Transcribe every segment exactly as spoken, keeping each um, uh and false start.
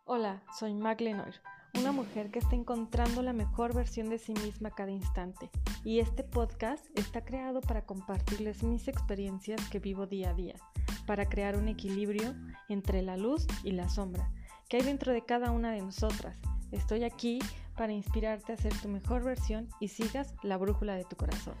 Hola, soy Mag Lenoir, una mujer que está encontrando la mejor versión de sí misma cada instante, y este podcast está creado para compartirles mis experiencias que vivo día a día, para crear un equilibrio entre la luz y la sombra que hay dentro de cada una de nosotras. Estoy aquí para inspirarte a ser tu mejor versión y sigas la brújula de tu corazón.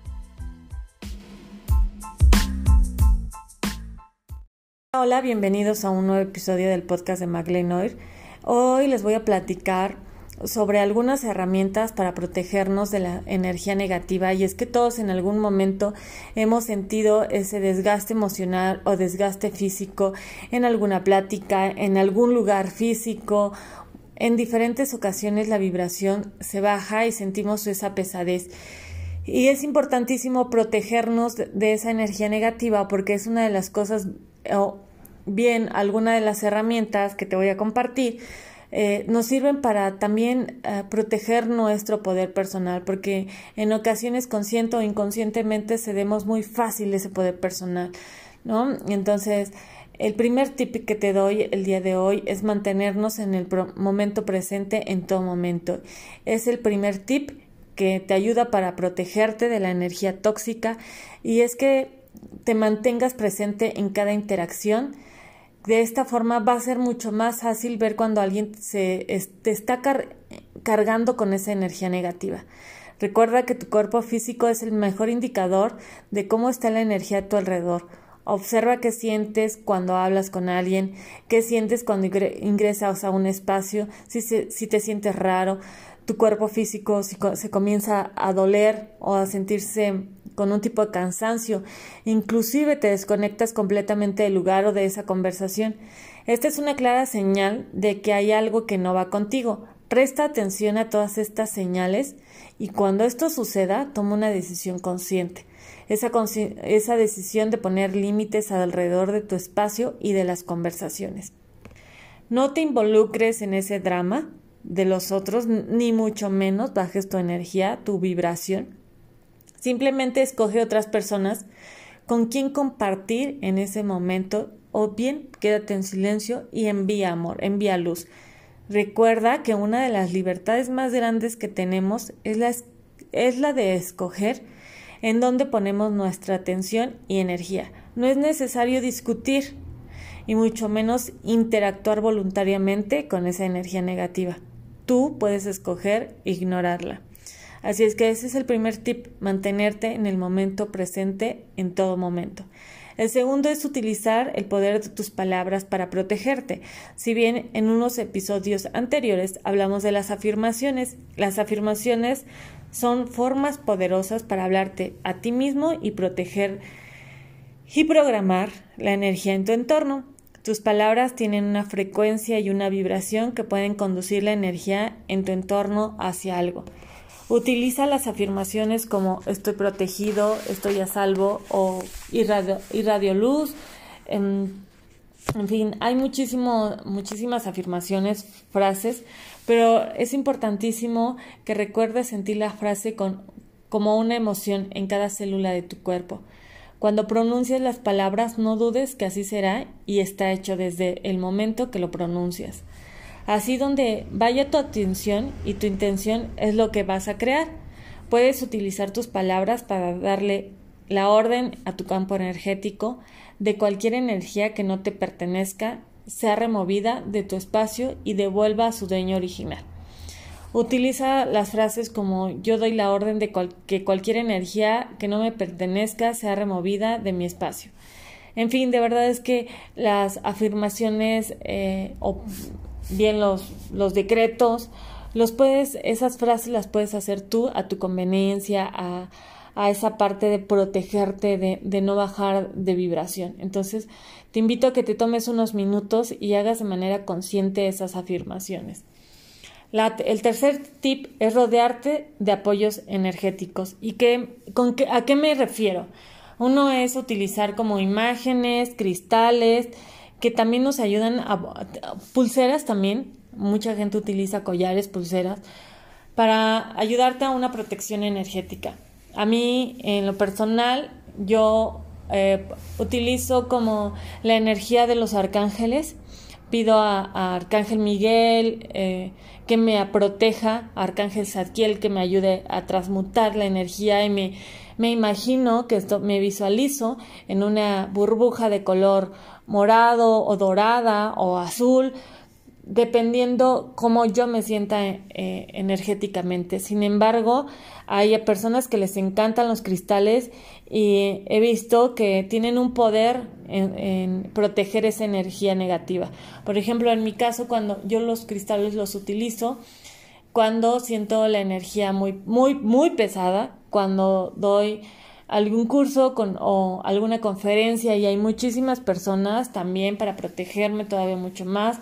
Hola, bienvenidos a un nuevo episodio del podcast de Mag Lenoir. Hoy les voy a platicar sobre algunas herramientas para protegernos de la energía negativa, y es que todos en algún momento hemos sentido ese desgaste emocional o desgaste físico en alguna plática, en algún lugar físico. En diferentes ocasiones la vibración se baja y sentimos esa pesadez. Y es importantísimo protegernos de esa energía negativa, porque es una de las cosas, o bien alguna de las herramientas que te voy a compartir, eh, nos sirven para también eh, proteger nuestro poder personal, porque en ocasiones consciente o inconscientemente cedemos muy fácil ese poder personal, ¿no? Entonces, el primer tip que te doy el día de hoy es mantenernos en el pro- momento presente en todo momento. Es el primer tip que te ayuda para protegerte de la energía tóxica, y es que te mantengas presente en cada interacción. De esta forma va a ser mucho más fácil ver cuando alguien se te está car- cargando con esa energía negativa. Recuerda que tu cuerpo físico es el mejor indicador de cómo está la energía a tu alrededor. Observa qué sientes cuando hablas con alguien, qué sientes cuando ingresas a un espacio, si, se, si te sientes raro, tu cuerpo físico si se comienza a doler o a sentirse con un tipo de cansancio, inclusive te desconectas completamente del lugar o de esa conversación. Esta es una clara señal de que hay algo que no va contigo. Presta atención a todas estas señales, y cuando esto suceda, toma una decisión consciente. Esa, consci- esa decisión de poner límites alrededor de tu espacio y de las conversaciones. No te involucres en ese drama de los otros, ni mucho menos bajes tu energía, tu vibración. Simplemente escoge otras personas con quien compartir en ese momento, o bien quédate en silencio y envía amor, envía luz. Recuerda que una de las libertades más grandes que tenemos es la, es la de escoger en dónde ponemos nuestra atención y energía. No es necesario discutir y mucho menos interactuar voluntariamente con esa energía negativa. Tú puedes escoger ignorarla. Así es que ese es el primer tip, mantenerte en el momento presente en todo momento. El segundo es utilizar el poder de tus palabras para protegerte. Si bien en unos episodios anteriores hablamos de las afirmaciones, las afirmaciones son formas poderosas para hablarte a ti mismo y proteger y programar la energía en tu entorno. Tus palabras tienen una frecuencia y una vibración que pueden conducir la energía en tu entorno hacia algo. Utiliza las afirmaciones como estoy protegido, estoy a salvo o irradio, irradio luz. En, en fin, hay muchísimo, muchísimas afirmaciones, frases, pero es importantísimo que recuerdes sentir la frase con, como una emoción en cada célula de tu cuerpo. Cuando pronuncies las palabras, no dudes que así será, y está hecho desde el momento que lo pronuncias. Así, donde vaya tu atención y tu intención es lo que vas a crear. Puedes utilizar tus palabras para darle la orden a tu campo energético de cualquier energía que no te pertenezca, sea removida de tu espacio y devuelva a su dueño original. Utiliza las frases como yo doy la orden de cual- que cualquier energía que no me pertenezca sea removida de mi espacio. En fin, de verdad es que las afirmaciones eh, o bien los, los decretos, los puedes, esas frases las puedes hacer tú a tu conveniencia, a, a esa parte de protegerte, de, de no bajar de vibración. Entonces, te invito a que te tomes unos minutos y hagas de manera consciente esas afirmaciones. La, el tercer tip es rodearte de apoyos energéticos. ¿Y qué, con qué, a qué me refiero? Uno es utilizar como imágenes, cristales, que también nos ayudan a, a pulseras también. Mucha gente utiliza collares, pulseras, para ayudarte a una protección energética. A mí, en lo personal, yo eh, utilizo como la energía de los arcángeles, pido a, a Arcángel Miguel eh, que me proteja, a Arcángel Zadkiel que me ayude a transmutar la energía y me, me imagino que esto me visualizo en una burbuja de color morado o dorada o azul, dependiendo cómo yo me sienta eh, energéticamente. Sin embargo, hay personas que les encantan los cristales y he visto que tienen un poder en, en proteger esa energía negativa. Por ejemplo, en mi caso, cuando yo los cristales los utilizo, cuando siento la energía muy, muy, muy pesada, cuando doy algún curso con, o alguna conferencia y hay muchísimas personas también para protegerme todavía mucho más.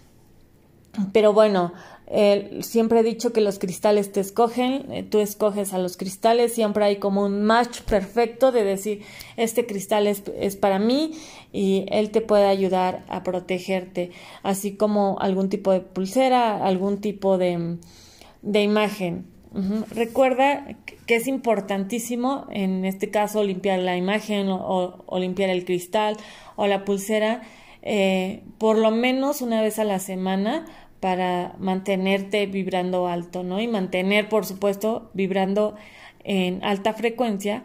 Pero bueno, eh, siempre he dicho que los cristales te escogen, eh, tú escoges a los cristales, siempre hay como un match perfecto de decir, este cristal es, es para mí y él te puede ayudar a protegerte, así como algún tipo de pulsera, algún tipo de, de imagen. Uh-huh. Recuerda que es importantísimo, en este caso, limpiar la imagen o, o limpiar el cristal o la pulsera, eh, por lo menos una vez a la semana, para mantenerte vibrando alto, ¿no? Y mantener, por supuesto, vibrando en alta frecuencia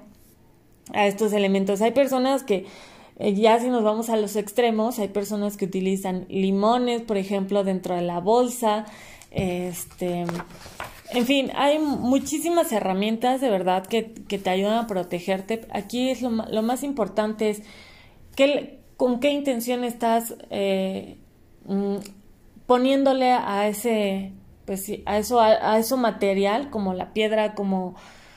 a estos elementos. Hay personas que, eh, ya si nos vamos a los extremos, hay personas que utilizan limones, por ejemplo, dentro de la bolsa, este... En fin, hay muchísimas herramientas de verdad que, que te ayudan a protegerte. Aquí es lo, lo más importante es que, con qué intención estás eh, mm, poniéndole a ese, pues sí, a eso, a, a eso material, como la piedra, como,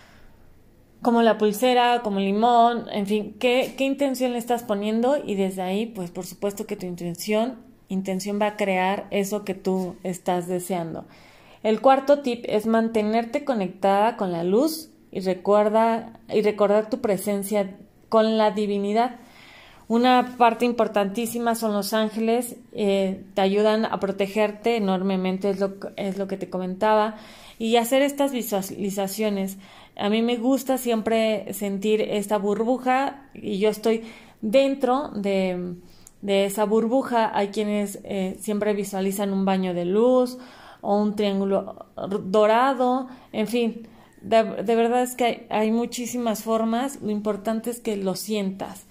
como la pulsera, como el limón, en fin, qué, qué intención le estás poniendo y desde ahí, pues por supuesto que tu intención, intención va a crear eso que tú estás deseando. El cuarto tip es mantenerte conectada con la luz y recuerda, y recordar tu presencia con la divinidad. Una parte importantísima son los ángeles, eh, te ayudan a protegerte enormemente, es lo, es lo que te comentaba, y hacer estas visualizaciones. A mí me gusta siempre sentir esta burbuja y yo estoy dentro de, de esa burbuja. Hay quienes eh, siempre visualizan un baño de luz o un triángulo dorado, en fin, de, de verdad es que hay, hay muchísimas formas, lo importante es que lo sientas.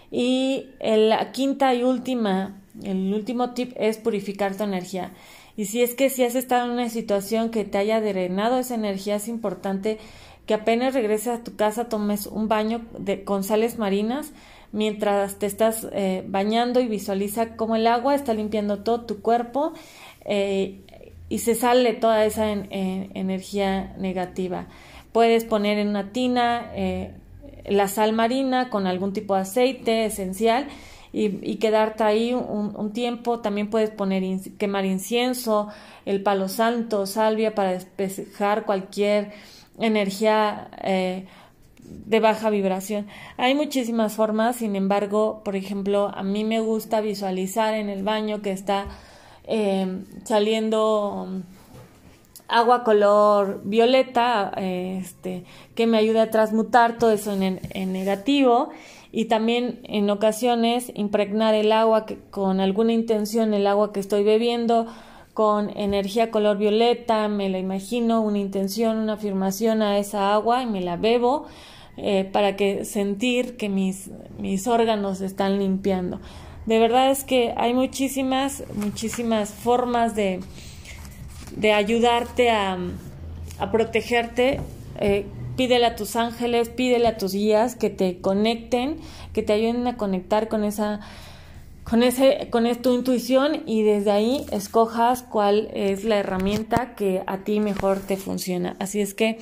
Y la quinta y última, el último tip es purificar tu energía. Y si es que si has estado en una situación que te haya drenado esa energía, es importante que apenas regreses a tu casa tomes un baño de, con sales marinas mientras te estás eh, bañando y visualiza cómo el agua está limpiando todo tu cuerpo eh, y se sale toda esa en, en, energía negativa. Puedes poner en una tina eh, la sal marina con algún tipo de aceite esencial y, y quedarte ahí un, un tiempo. También puedes poner quemar incienso, el palo santo, salvia para despejar cualquier energía eh, de baja vibración. Hay muchísimas formas, sin embargo, por ejemplo, a mí me gusta visualizar en el baño que está eh, saliendo agua color violeta, eh, este, que me ayuda a transmutar todo eso en, en negativo, y también en ocasiones impregnar el agua que, con alguna intención, el agua que estoy bebiendo con energía color violeta, me la imagino, una intención, una afirmación a esa agua y me la bebo eh, para que sentir que mis, mis órganos se están limpiando. De verdad es que hay muchísimas, muchísimas formas de de ayudarte a, a protegerte. Eh, pídele a tus ángeles, pídele a tus guías que te conecten, que te ayuden a conectar con esa, con ese, con tu intuición y desde ahí escojas cuál es la herramienta que a ti mejor te funciona. Así es que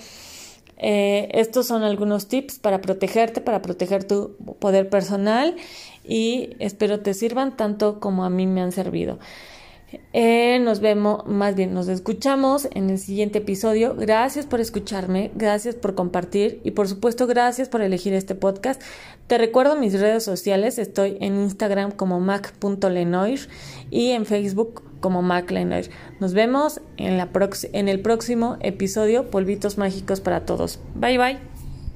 eh, estos son algunos tips para protegerte, para proteger tu poder personal y espero te sirvan tanto como a mí me han servido. Eh, nos vemos, más bien nos escuchamos en el siguiente episodio. Gracias por escucharme, gracias por compartir y por supuesto gracias por elegir este podcast. Te recuerdo mis redes sociales, estoy en Instagram como mac punto lenoir y en Facebook como Mac Lenoir. Nos vemos en, la prox- en el próximo episodio. Polvitos mágicos para todos. Bye bye.